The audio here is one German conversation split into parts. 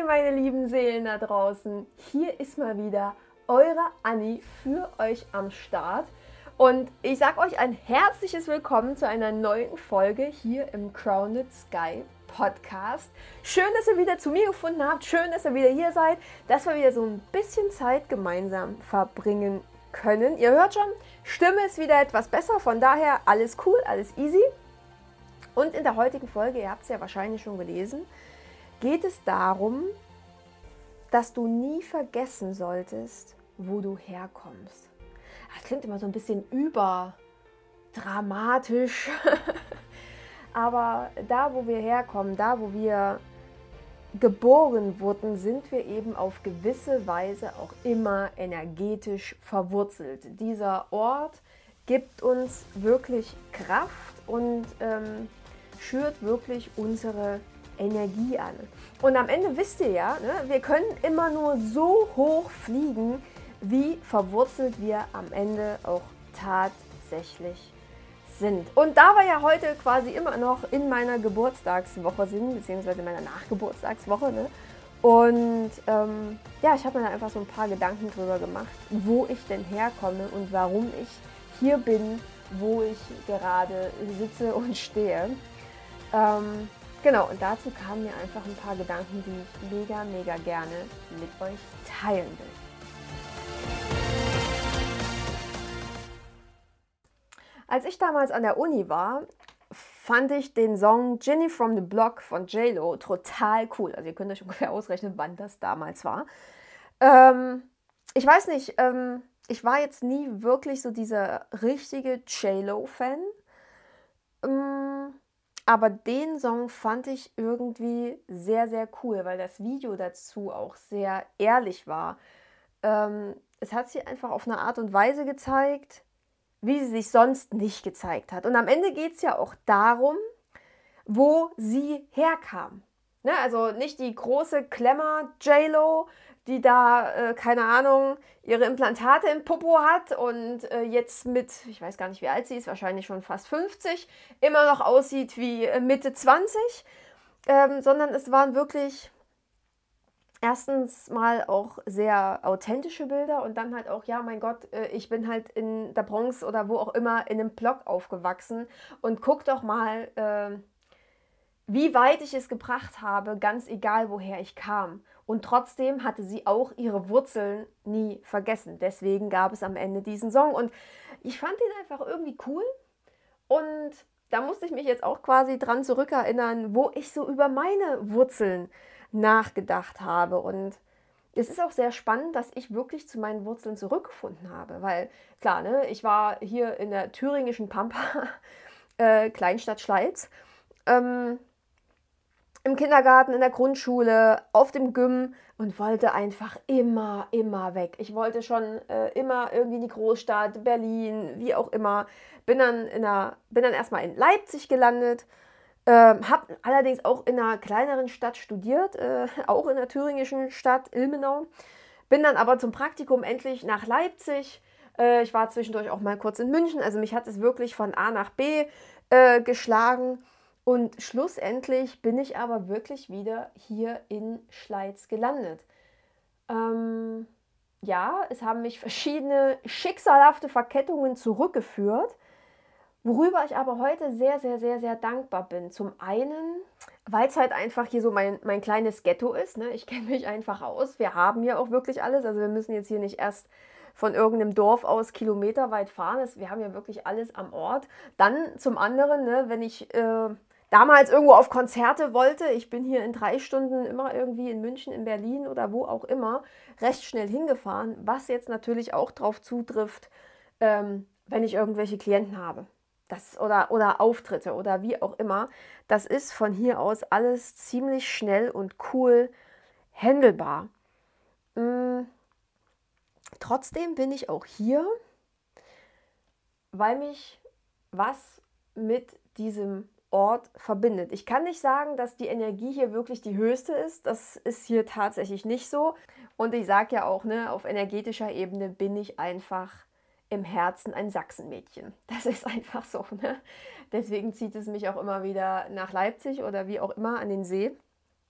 meine lieben Seelen da draußen. Hier ist mal wieder eure Anni für euch am Start. Und ich sage euch ein herzliches Willkommen zu einer neuen Folge hier im Grounded Sky Podcast. Schön, dass ihr wieder zu mir gefunden habt. Schön, dass ihr wieder hier seid, dass wir wieder so ein bisschen Zeit gemeinsam verbringen können. Ihr hört schon, Stimme ist wieder etwas besser. Von daher alles cool, alles easy. Und in der heutigen Folge, ihr habt es ja wahrscheinlich schon gelesen, geht es darum, dass du nie vergessen solltest, wo du herkommst. Das klingt immer so ein bisschen überdramatisch, aber da, wo wir herkommen, da, wo wir geboren wurden, sind wir eben auf gewisse Weise auch immer energetisch verwurzelt. Dieser Ort gibt uns wirklich Kraft und schürt wirklich unsere Energie an. Und am Ende wisst ihr ja, ne, wir können immer nur so hoch fliegen, wie verwurzelt wir am Ende auch tatsächlich sind. Und da wir ja heute quasi immer noch in meiner Geburtstagswoche sind, beziehungsweise meiner Nachgeburtstagswoche, ne, und ja, ich habe mir da einfach so ein paar Gedanken drüber gemacht, wo ich denn herkomme und warum ich hier bin, wo ich gerade sitze und stehe. Genau, und dazu kamen mir einfach ein paar Gedanken, die ich mega gerne mit euch teilen will. Als ich damals an der Uni war, fand ich den Song Ginny from the Block von J-Lo total cool. Also ihr könnt euch ungefähr ausrechnen, wann das damals war. Ich weiß nicht, ich war jetzt nie wirklich so dieser richtige J-Lo-Fan. Aber den Song fand ich irgendwie sehr cool, weil das Video dazu auch sehr ehrlich war. Es hat sie einfach auf eine Art und Weise gezeigt, wie sie sich sonst nicht gezeigt hat. Und am Ende geht es ja auch darum, wo sie herkam. Ne? Also nicht die große Klemmer J-Lo, die da, keine Ahnung, ihre Implantate im Popo hat und jetzt mit, ich weiß gar nicht, wie alt sie ist, wahrscheinlich schon fast 50, immer noch aussieht wie Mitte 20, sondern es waren wirklich erstens mal auch sehr authentische Bilder und dann halt auch, ja, mein Gott, ich bin halt in der Bronx oder wo auch immer in einem Block aufgewachsen und guck doch mal, wie weit ich es gebracht habe, ganz egal, woher ich kam. Und trotzdem hatte sie auch ihre Wurzeln nie vergessen. Deswegen gab es am Ende diesen Song. Und ich fand ihn einfach irgendwie cool. Und da musste ich mich jetzt auch quasi dran zurückerinnern, wo ich so über meine Wurzeln nachgedacht habe. Und es ist auch sehr spannend, dass ich wirklich zu meinen Wurzeln zurückgefunden habe. Weil, klar, ne, ich war hier in der thüringischen Pampa, Kleinstadt Schleiz, im Kindergarten, in der Grundschule, auf dem Gym und wollte einfach immer weg. Ich wollte schon immer irgendwie in die Großstadt, Berlin, wie auch immer. Bin dann erstmal in Leipzig gelandet, habe allerdings auch in einer kleineren Stadt studiert, auch in der thüringischen Stadt Ilmenau. Bin dann aber zum Praktikum endlich nach Leipzig. Ich war zwischendurch auch mal kurz in München, also mich hat es wirklich von A nach B geschlagen. Und schlussendlich bin ich aber wirklich wieder hier in Schleiz gelandet. Ja, es haben mich verschiedene schicksalhafte Verkettungen zurückgeführt, worüber ich aber heute sehr dankbar bin. Zum einen, weil es halt einfach hier so mein kleines Ghetto ist. Ne? Ich kenne mich einfach aus. Wir haben hier auch wirklich alles. Also wir müssen jetzt hier nicht erst von irgendeinem Dorf aus kilometerweit fahren. Wir haben ja wirklich alles am Ort. Dann zum anderen, ne, wenn ich damals irgendwo auf Konzerte wollte, ich bin hier in 3 Stunden immer irgendwie in München, in Berlin oder wo auch immer, recht schnell hingefahren, was jetzt natürlich auch drauf zutrifft, wenn ich irgendwelche Klienten habe. Oder Auftritte oder wie auch immer. Das ist von hier aus alles ziemlich schnell und cool handelbar. Trotzdem bin ich auch hier, weil mich was mit diesem Ort verbindet. Ich kann nicht sagen, dass die Energie hier wirklich die höchste ist. Das ist hier tatsächlich nicht so. Und ich sage ja auch, ne, auf energetischer Ebene bin ich einfach im Herzen ein Sachsenmädchen. Das ist einfach so. Ne? Deswegen zieht es mich auch immer wieder nach Leipzig oder wie auch immer an den See.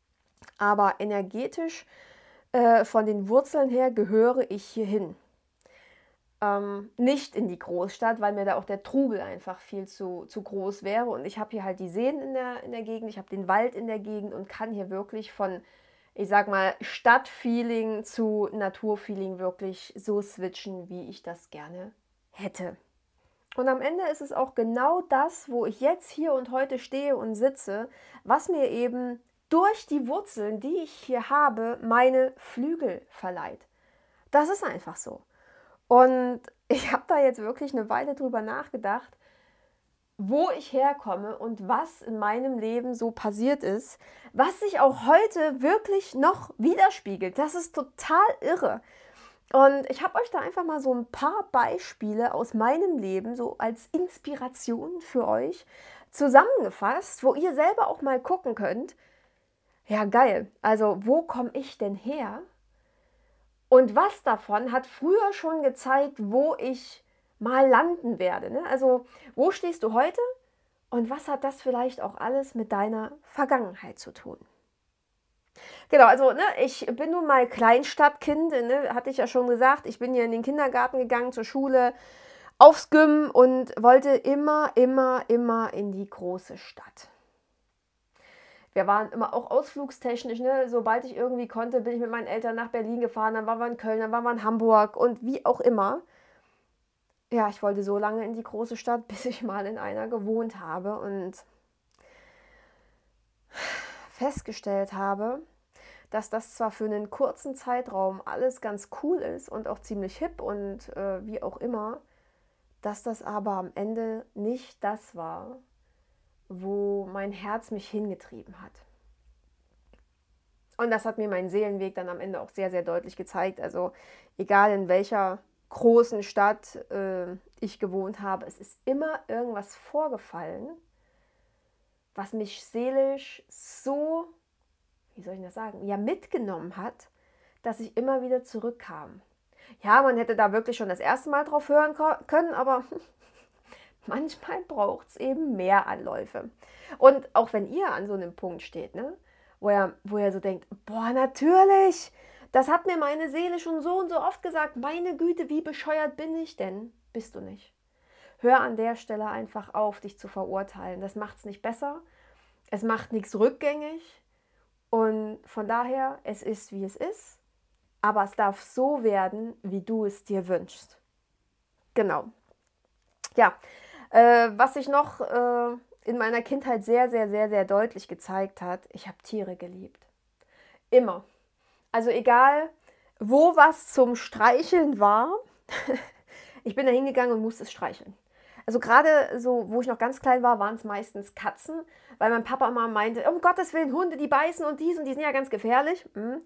Aber energetisch, von den Wurzeln her gehöre ich hierhin. Nicht in die Großstadt, weil mir da auch der Trubel einfach viel zu groß wäre. Und ich habe hier halt die Seen in der Gegend, ich habe den Wald in der Gegend und kann hier wirklich von, ich sag mal, Stadtfeeling zu Naturfeeling wirklich so switchen, wie ich das gerne hätte. Und am Ende ist es auch genau das, wo ich jetzt hier und heute stehe und sitze, was mir eben durch die Wurzeln, die ich hier habe, meine Flügel verleiht. Das ist einfach so. Und ich habe da jetzt wirklich eine Weile drüber nachgedacht, wo ich herkomme und was in meinem Leben so passiert ist, was sich auch heute wirklich noch widerspiegelt. Das ist total irre. Und ich habe euch da einfach mal so ein paar Beispiele aus meinem Leben so als Inspiration für euch zusammengefasst, wo ihr selber auch mal gucken könnt, ja geil, also wo komme ich denn her? Und was davon hat früher schon gezeigt, wo ich mal landen werde? Ne? Also wo stehst du heute und was hat das vielleicht auch alles mit deiner Vergangenheit zu tun? Genau, also ne, ich bin nun mal Kleinstadtkind, ne, hatte ich ja schon gesagt. Ich bin hier in den Kindergarten gegangen, zur Schule, aufs Gym und wollte immer, immer, immer in die große Stadt. Wir waren immer auch ausflugstechnisch, ne? Sobald ich irgendwie konnte, bin ich mit meinen Eltern nach Berlin gefahren, dann waren wir in Köln, dann waren wir in Hamburg und wie auch immer. Ja, ich wollte so lange in die große Stadt, bis ich mal in einer gewohnt habe und festgestellt habe, dass das zwar für einen kurzen Zeitraum alles ganz cool ist und auch ziemlich hip und wie auch immer, dass das aber am Ende nicht das war, wo mein Herz mich hingetrieben hat. Und das hat mir mein Seelenweg dann am Ende auch sehr, sehr deutlich gezeigt. Also egal in welcher großen Stadt ich gewohnt habe, es ist immer irgendwas vorgefallen, was mich seelisch so, wie soll ich das sagen, ja mitgenommen hat, dass ich immer wieder zurückkam. Ja, man hätte da wirklich schon das erste Mal drauf hören können, aber manchmal braucht es eben mehr Anläufe. Und auch wenn ihr an so einem Punkt steht, ne, wo ihr so denkt, boah, natürlich, das hat mir meine Seele schon so und so oft gesagt, meine Güte, wie bescheuert bin ich denn? Bist du nicht. Hör an der Stelle einfach auf, dich zu verurteilen. Das macht es nicht besser, es macht nichts rückgängig und von daher, es ist, wie es ist, aber es darf so werden, wie du es dir wünschst. Genau. Ja, was sich noch in meiner Kindheit sehr, sehr, sehr, sehr deutlich gezeigt hat, ich habe Tiere geliebt. Immer. Also egal, wo was zum Streicheln war, ich bin da hingegangen und musste es streicheln. Also gerade so, wo ich noch ganz klein war, waren es meistens Katzen, weil mein Papa immer meinte, um Gottes Willen, Hunde, die beißen und die sind ja ganz gefährlich.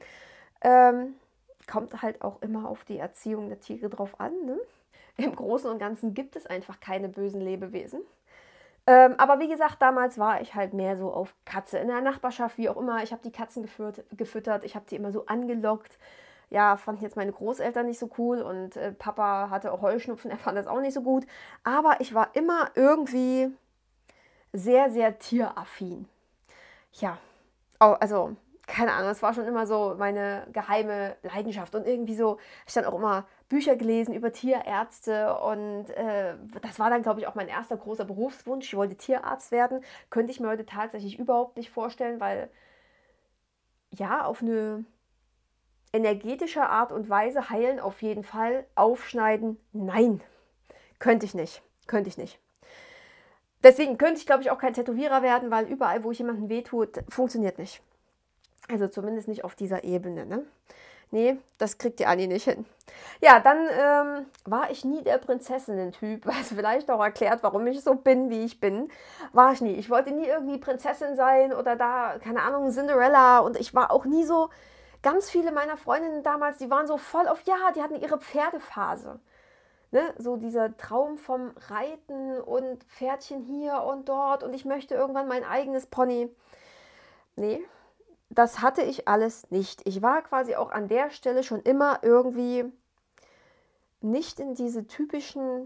Kommt halt auch immer auf die Erziehung der Tiere drauf an. Ne? Im Großen und Ganzen gibt es einfach keine bösen Lebewesen. Aber wie gesagt, damals war ich halt mehr so auf Katze. In der Nachbarschaft, wie auch immer. Ich habe die Katzen gefüttert. Ich habe die immer so angelockt. Ja, fanden jetzt meine Großeltern nicht so cool. Und Papa hatte auch Heuschnupfen. Er fand das auch nicht so gut. Aber ich war immer irgendwie sehr, sehr tieraffin. Ja, also keine Ahnung, es war schon immer so meine geheime Leidenschaft und irgendwie so, ich dann auch immer Bücher gelesen über Tierärzte und das war dann, glaube ich, auch mein erster großer Berufswunsch. Ich wollte Tierarzt werden, könnte ich mir heute tatsächlich überhaupt nicht vorstellen, weil ja, auf eine energetische Art und Weise heilen auf jeden Fall, aufschneiden, nein, könnte ich nicht. Deswegen könnte ich, glaube ich, auch kein Tätowierer werden, weil überall, wo ich jemandem wehtut, funktioniert nicht. Also zumindest nicht auf dieser Ebene, ne? Nee, das kriegt die Anni nicht hin. Ja, dann war ich nie der Prinzessinnen-Typ, was vielleicht auch erklärt, warum ich so bin, wie ich bin. War ich nie. Ich wollte nie irgendwie Prinzessin sein oder da, keine Ahnung, Cinderella. Und ich war auch nie so, ganz viele meiner Freundinnen damals, die waren so voll auf, ja, die hatten ihre Pferdephase. Ne? So dieser Traum vom Reiten und Pferdchen hier und dort und ich möchte irgendwann mein eigenes Pony. Nee, das hatte ich alles nicht. Ich war quasi auch an der Stelle schon immer irgendwie nicht in diese typischen,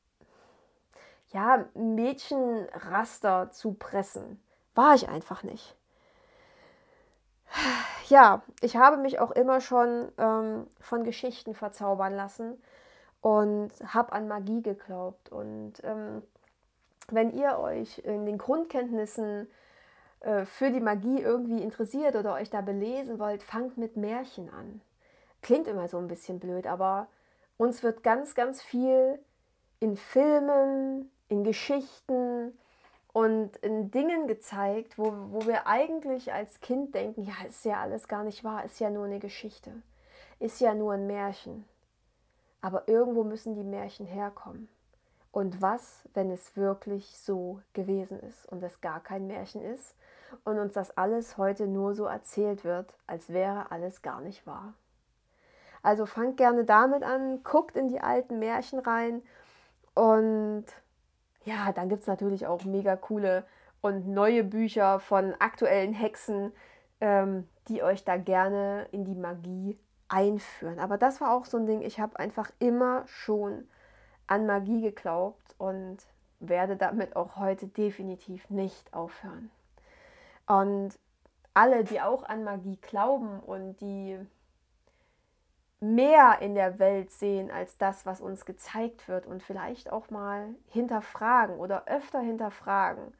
ja, Mädchenraster zu pressen. War ich einfach nicht. Ja, ich habe mich auch immer schon von Geschichten verzaubern lassen und habe an Magie geglaubt. Und wenn ihr euch in den Grundkenntnissen für die Magie irgendwie interessiert oder euch da belesen wollt, fangt mit Märchen an. Klingt immer so ein bisschen blöd, aber uns wird ganz, ganz viel in Filmen, in Geschichten und in Dingen gezeigt, wo wir eigentlich als Kind denken, ja, ist ja alles gar nicht wahr, ist ja nur eine Geschichte, ist ja nur ein Märchen. Aber irgendwo müssen die Märchen herkommen. Und was, wenn es wirklich so gewesen ist und es gar kein Märchen ist und uns das alles heute nur so erzählt wird, als wäre alles gar nicht wahr? Also fangt gerne damit an, guckt in die alten Märchen rein und ja, dann gibt es natürlich auch mega coole und neue Bücher von aktuellen Hexen, die euch da gerne in die Magie einführen. Aber das war auch so ein Ding, ich habe einfach immer schon an Magie geglaubt und werde damit auch heute definitiv nicht aufhören. Und alle, die auch an Magie glauben und die mehr in der Welt sehen als das, was uns gezeigt wird und vielleicht auch mal hinterfragen oder öfter hinterfragen,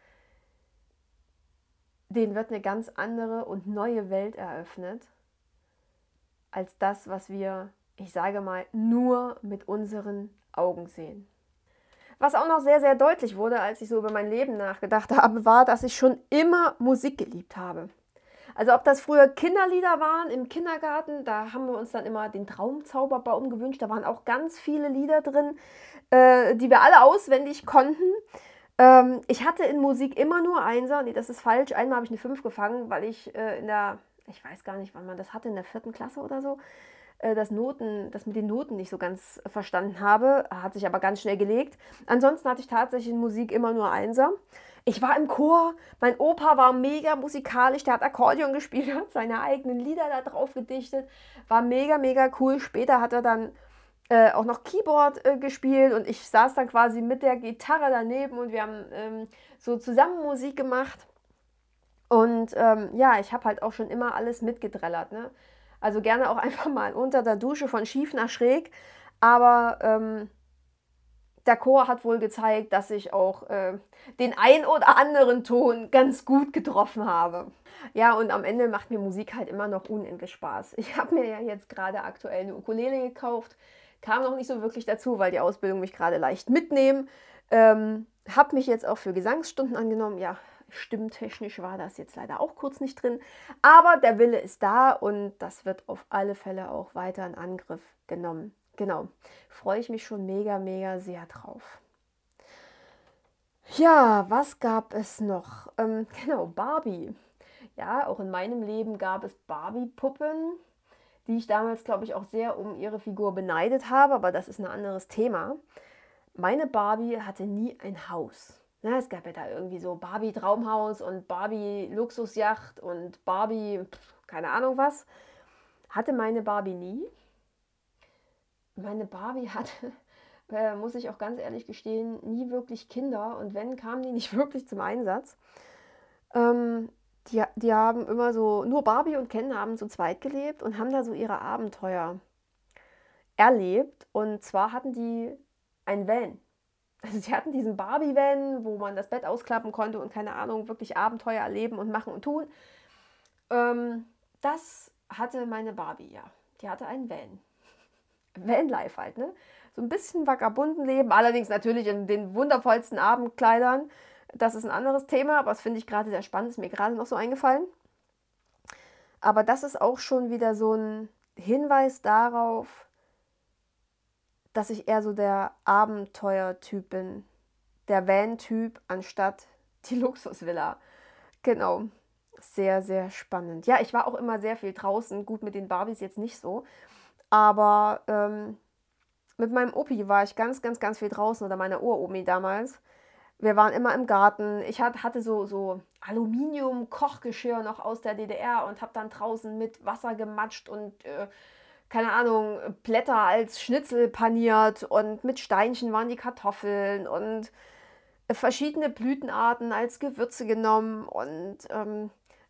denen wird eine ganz andere und neue Welt eröffnet als das, was wir, ich sage mal, nur mit unseren Augen sehen. Was auch noch sehr, sehr deutlich wurde, als ich so über mein Leben nachgedacht habe, war, dass ich schon immer Musik geliebt habe. Also ob das früher Kinderlieder waren im Kindergarten, da haben wir uns dann immer den Traumzauberbaum gewünscht. Da waren auch ganz viele Lieder drin, die wir alle auswendig konnten. Ich hatte in Musik immer nur Einser. Nee, das ist falsch. Einmal habe ich eine 5 gefangen, weil ich ich weiß gar nicht, wann man das hatte, in der 4. Klasse oder so, das mit den Noten nicht so ganz verstanden habe. Hat sich aber ganz schnell gelegt. Ansonsten hatte ich tatsächlich in Musik immer nur Einser. Ich war im Chor, mein Opa war mega musikalisch, der hat Akkordeon gespielt, hat seine eigenen Lieder da drauf gedichtet, war mega, mega cool. Später hat er dann auch noch Keyboard gespielt und ich saß dann quasi mit der Gitarre daneben und wir haben so zusammen Musik gemacht. Und ja, ich habe halt auch schon immer alles mitgedrellert. Ne? Also gerne auch einfach mal unter der Dusche von schief nach schräg. Aber der Chor hat wohl gezeigt, dass ich auch den ein oder anderen Ton ganz gut getroffen habe. Ja, und am Ende macht mir Musik halt immer noch unendlich Spaß. Ich habe mir ja jetzt gerade aktuell eine Ukulele gekauft, kam noch nicht so wirklich dazu, weil die Ausbildung mich gerade leicht mitnehmen. Habe mich jetzt auch für Gesangsstunden angenommen. Ja, stimmtechnisch war das jetzt leider auch kurz nicht drin. Aber der Wille ist da und das wird auf alle Fälle auch weiter in Angriff genommen. Genau, freue ich mich schon mega, mega sehr drauf. Ja, was gab es noch? Genau, Barbie. Ja, auch in meinem Leben gab es Barbie-Puppen, die ich damals, glaube ich, auch sehr um ihre Figur beneidet habe, aber das ist ein anderes Thema. Meine Barbie hatte nie ein Haus. Na, es gab ja da irgendwie so Barbie Traumhaus und Barbie Luxusjacht und Barbie, keine Ahnung was. Hatte meine Barbie nie. Meine Barbie hatte, muss ich auch ganz ehrlich gestehen, nie wirklich Kinder und wenn, kamen die nicht wirklich zum Einsatz. Ähm, die haben immer so, nur Barbie und Ken haben zu zweit gelebt und haben da so ihre Abenteuer erlebt. Und zwar hatten die ein Van. Also sie hatten diesen Barbie-Van, wo man das Bett ausklappen konnte und keine Ahnung, wirklich Abenteuer erleben und machen und tun. Das hatte meine Barbie, ja. Die hatte einen Van. Vanlife halt, ne? So ein bisschen Vagabundenleben, allerdings natürlich in den wundervollsten Abendkleidern. Das ist ein anderes Thema, aber das finde ich gerade sehr spannend, ist mir gerade noch so eingefallen. Aber das ist auch schon wieder so ein Hinweis darauf, dass ich eher so der Abenteuertyp bin. Der Van-Typ anstatt die Luxusvilla. Genau. Sehr, sehr spannend. Ja, ich war auch immer sehr viel draußen. Gut, mit den Barbies jetzt nicht so. Aber mit meinem Opi war ich ganz, ganz, ganz viel draußen oder meiner Uromi damals. Wir waren immer im Garten. Ich hatte so Aluminium-Kochgeschirr noch aus der DDR und habe dann draußen mit Wasser gematscht und keine Ahnung, Blätter als Schnitzel paniert und mit Steinchen waren die Kartoffeln und verschiedene Blütenarten als Gewürze genommen und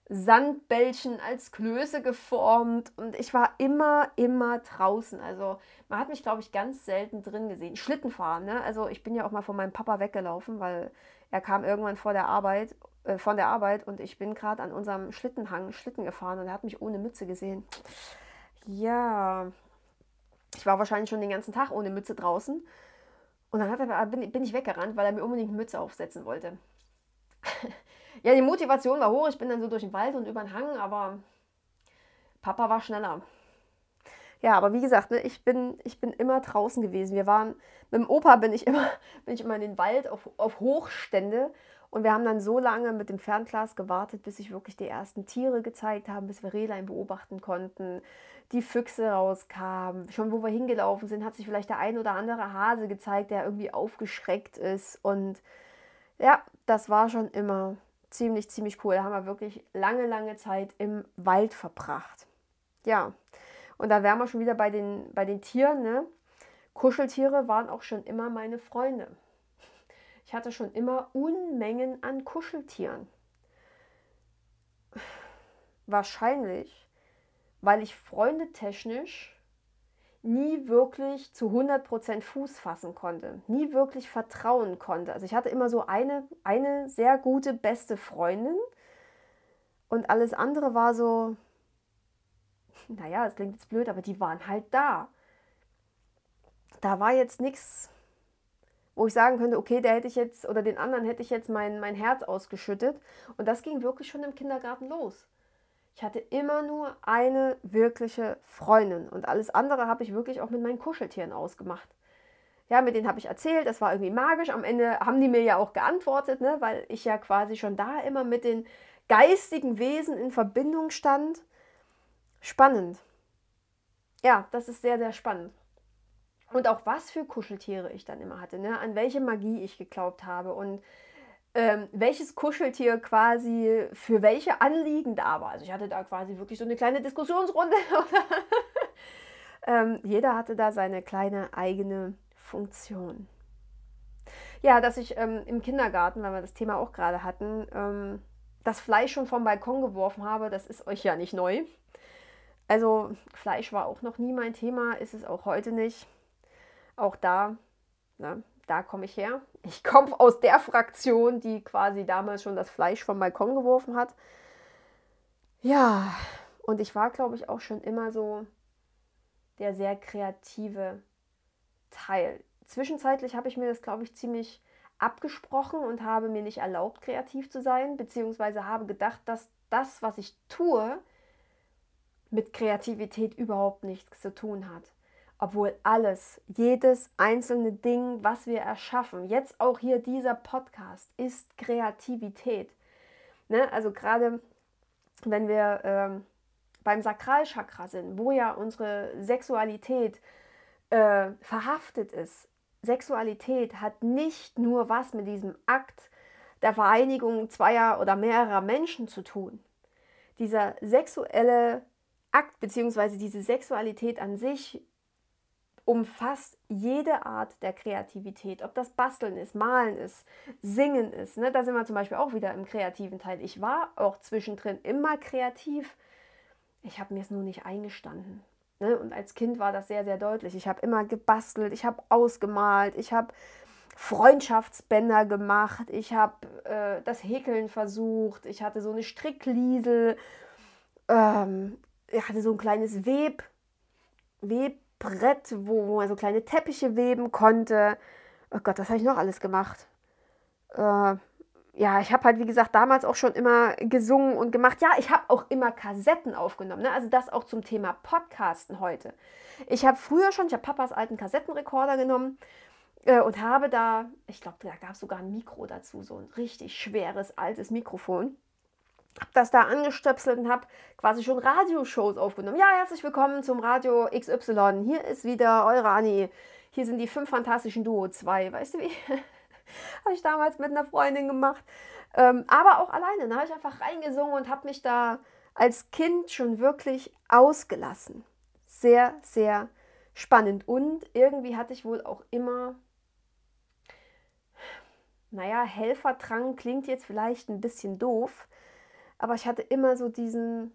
Sandbällchen als Klöße geformt und ich war immer draußen. Also man hat mich, glaube ich, ganz selten drin gesehen. Schlittenfahren, ne? Also ich bin ja auch mal von meinem Papa weggelaufen, weil er kam irgendwann von der Arbeit und ich bin gerade an unserem Schlittenhang Schlitten gefahren und er hat mich ohne Mütze gesehen. Ja, ich war wahrscheinlich schon den ganzen Tag ohne Mütze draußen und dann bin ich weggerannt, weil er mir unbedingt eine Mütze aufsetzen wollte. Ja, die Motivation war hoch. Ich bin dann so durch den Wald und über den Hang, aber Papa war schneller. Ja, aber wie gesagt, ne, ich bin immer draußen gewesen. Mit dem Opa bin ich immer in den Wald auf Hochstände und wir haben dann so lange mit dem Fernglas gewartet, bis sich wirklich die ersten Tiere gezeigt haben, bis wir Rehlein beobachten konnten, die Füchse rauskamen. Schon wo wir hingelaufen sind, hat sich vielleicht der ein oder andere Hase gezeigt, der irgendwie aufgeschreckt ist. Und ja, das war schon immer ziemlich cool. Da haben wir wirklich lange Zeit im Wald verbracht. Ja, und da wären wir schon wieder bei den Tieren. Ne? Kuscheltiere waren auch schon immer meine Freunde. Ich hatte schon immer Unmengen an Kuscheltieren. Wahrscheinlich, weil ich freundetechnisch nie wirklich zu 100% Fuß fassen konnte, nie wirklich vertrauen konnte. Also ich hatte immer so eine sehr gute, beste Freundin und alles andere war so, naja, es klingt jetzt blöd, aber die waren halt da. Da war jetzt nichts, wo ich sagen könnte, okay, der hätte ich jetzt oder den anderen hätte ich jetzt mein Herz ausgeschüttet. Und das ging wirklich schon im Kindergarten los. Ich hatte immer nur eine wirkliche Freundin und alles andere habe ich wirklich auch mit meinen Kuscheltieren ausgemacht. Ja, mit denen habe ich erzählt, das war irgendwie magisch. Am Ende haben die mir ja auch geantwortet, ne, weil ich ja quasi schon da immer mit den geistigen Wesen in Verbindung stand. Spannend. Ja, das ist sehr spannend. Und auch was für Kuscheltiere ich dann immer hatte, ne? An welche Magie ich geglaubt habe und welches Kuscheltier quasi für welche Anliegen da war. Also ich hatte da quasi wirklich so eine kleine Diskussionsrunde. Jeder hatte da seine kleine eigene Funktion. Ja, dass ich im Kindergarten, weil wir das Thema auch gerade hatten, das Fleisch schon vom Balkon geworfen habe, das ist euch ja nicht neu. Also Fleisch war auch noch nie mein Thema, ist es auch heute nicht. Auch da, ne, da komme ich her. Ich komme aus der Fraktion, die quasi damals schon das Fleisch vom Balkon geworfen hat. Ja, und ich war, glaube ich, auch schon immer so der sehr kreative Teil. Zwischenzeitlich habe ich mir das, glaube ich, ziemlich abgesprochen und habe mir nicht erlaubt, kreativ zu sein, beziehungsweise habe gedacht, dass das, was ich tue, mit Kreativität überhaupt nichts zu tun hat. Obwohl alles, jedes einzelne Ding, was wir erschaffen, jetzt auch hier dieser Podcast, ist Kreativität. Ne? Also gerade wenn wir beim Sakralchakra sind, wo ja unsere Sexualität verhaftet ist. Sexualität hat nicht nur was mit diesem Akt der Vereinigung zweier oder mehrerer Menschen zu tun. Dieser sexuelle Akt bzw. diese Sexualität an sich umfasst jede Art der Kreativität. Ob das Basteln ist, Malen ist, Singen ist. Ne? Da sind wir zum Beispiel auch wieder im kreativen Teil. Ich war auch zwischendrin immer kreativ. Ich habe mir es nur nicht eingestanden. Ne? Und als Kind war das sehr deutlich. Ich habe immer gebastelt, ich habe ausgemalt, ich habe Freundschaftsbänder gemacht, ich habe das Häkeln versucht, ich hatte so eine Strickliesel, ich hatte so ein kleines Webbrett, wo man so kleine Teppiche weben konnte. Oh Gott, was habe ich noch alles gemacht? Ja, ich habe halt, wie gesagt, damals auch schon immer gesungen und gemacht. Ja, ich habe auch immer Kassetten aufgenommen. Ne? Also das auch zum Thema Podcasten heute. Ich habe Papas alten Kassettenrekorder genommen und habe da, ich glaube, da gab es sogar ein Mikro dazu, so ein richtig schweres, altes Mikrofon. Habe das da angestöpselt und habe quasi schon Radioshows aufgenommen. Ja, herzlich willkommen zum Radio XY. Hier ist wieder eure Anni. Hier sind die 5 fantastischen Duo 2. Weißt du wie? Habe ich damals mit einer Freundin gemacht. Aber auch alleine. Da habe ich einfach reingesungen und habe mich da als Kind schon wirklich ausgelassen. Sehr spannend. Und irgendwie hatte ich wohl auch immer, naja, Helferdrang klingt jetzt vielleicht ein bisschen doof, aber ich hatte immer so diesen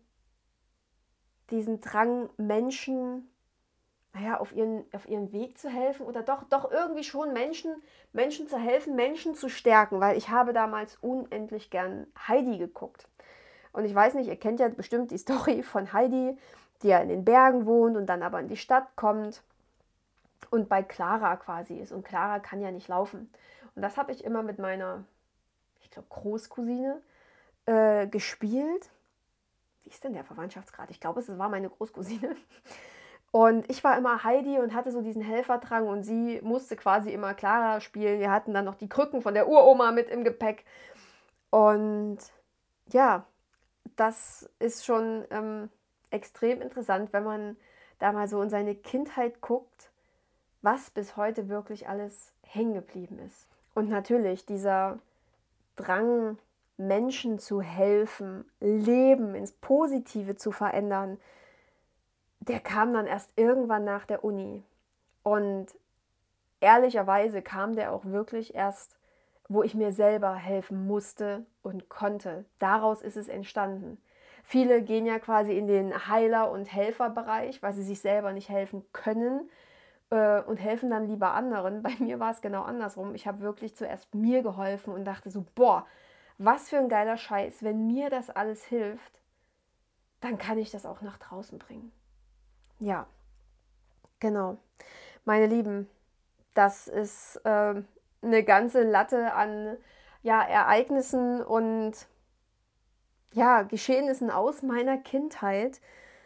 Drang, Menschen, naja, auf ihren Weg zu helfen oder doch irgendwie schon Menschen zu helfen, Menschen zu stärken, weil ich habe damals unendlich gern Heidi geguckt. Und ich weiß nicht, ihr kennt ja bestimmt die Story von Heidi, die ja in den Bergen wohnt und dann aber in die Stadt kommt und bei Clara quasi ist. Und Clara kann ja nicht laufen. Und das habe ich immer mit meiner, ich glaube, Großcousine gespielt. Wie ist denn der Verwandtschaftsgrad? Ich glaube, es war meine Großcousine. Und ich war immer Heidi und hatte so diesen Helferdrang und sie musste quasi immer Clara spielen. Wir hatten dann noch die Krücken von der Uroma mit im Gepäck. Und ja, das ist schon extrem interessant, wenn man da mal so in seine Kindheit guckt, was bis heute wirklich alles hängen geblieben ist. Und natürlich dieser Drang, Menschen zu helfen, Leben ins Positive zu verändern, der kam dann erst irgendwann nach der Uni. Und ehrlicherweise kam der auch wirklich erst, wo ich mir selber helfen musste und konnte. Daraus ist es entstanden. Viele gehen ja quasi in den Heiler- und Helferbereich, weil sie sich selber nicht helfen können und helfen dann lieber anderen. Bei mir war es genau andersrum. Ich habe wirklich zuerst mir geholfen und dachte so, boah, was für ein geiler Scheiß. Wenn mir das alles hilft, dann kann ich das auch nach draußen bringen. Ja, genau. Meine Lieben, das ist eine ganze Latte an Ereignissen und Geschehnissen aus meiner Kindheit.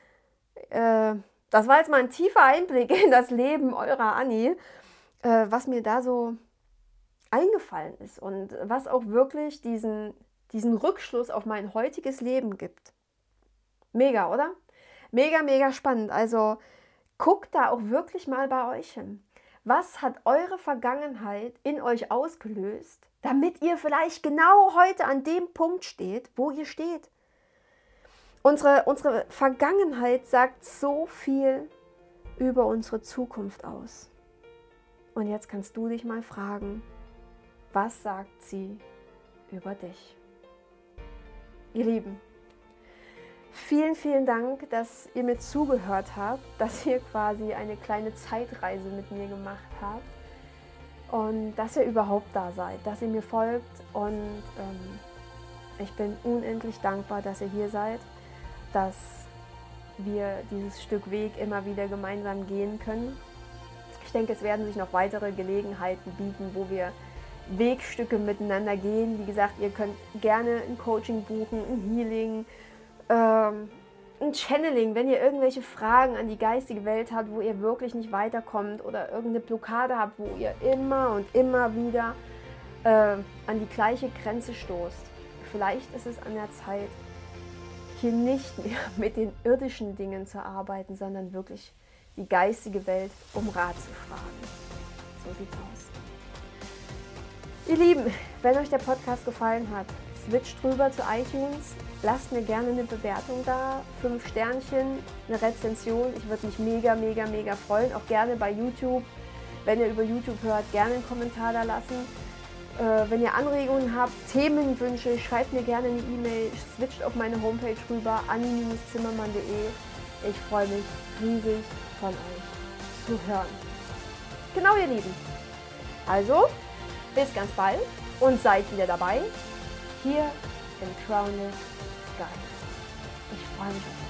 Das war jetzt mal ein tiefer Einblick in das Leben eurer Anni, was mir da so eingefallen ist und was auch wirklich diesen Rückschluss auf mein heutiges Leben gibt. Mega, oder? Mega, mega spannend. Also guckt da auch wirklich mal bei euch hin. Was hat eure Vergangenheit in euch ausgelöst, damit ihr vielleicht genau heute an dem Punkt steht, wo ihr steht? Unsere Vergangenheit sagt so viel über unsere Zukunft aus. Und jetzt kannst du dich mal fragen, was sagt sie über dich? Ihr Lieben, vielen, vielen Dank, dass ihr mir zugehört habt, dass ihr quasi eine kleine Zeitreise mit mir gemacht habt und dass ihr überhaupt da seid, dass ihr mir folgt und ich bin unendlich dankbar, dass ihr hier seid, dass wir dieses Stück Weg immer wieder gemeinsam gehen können. Ich denke, es werden sich noch weitere Gelegenheiten bieten, wo wir Wegstücke miteinander gehen. Wie gesagt, ihr könnt gerne ein Coaching buchen, ein Healing, ein Channeling, wenn ihr irgendwelche Fragen an die geistige Welt habt, wo ihr wirklich nicht weiterkommt oder irgendeine Blockade habt, wo ihr immer und immer wieder an die gleiche Grenze stoßt. Vielleicht ist es an der Zeit, hier nicht mehr mit den irdischen Dingen zu arbeiten, sondern wirklich die geistige Welt um Rat zu fragen. So sieht's aus. Ihr Lieben, wenn euch der Podcast gefallen hat, switcht rüber zu iTunes, lasst mir gerne eine Bewertung da, 5 Sternchen, eine Rezension. Ich würde mich mega, mega, mega freuen. Auch gerne bei YouTube, wenn ihr über YouTube hört, gerne einen Kommentar da lassen. Wenn ihr Anregungen habt, Themenwünsche, schreibt mir gerne eine E-Mail, switcht auf meine Homepage rüber, anni-zimmermann.de. Ich freue mich riesig, von euch zu hören. Genau, ihr Lieben. Also, bis ganz bald und seid wieder dabei, hier im Crownless Sky. Ich freue mich auf euch.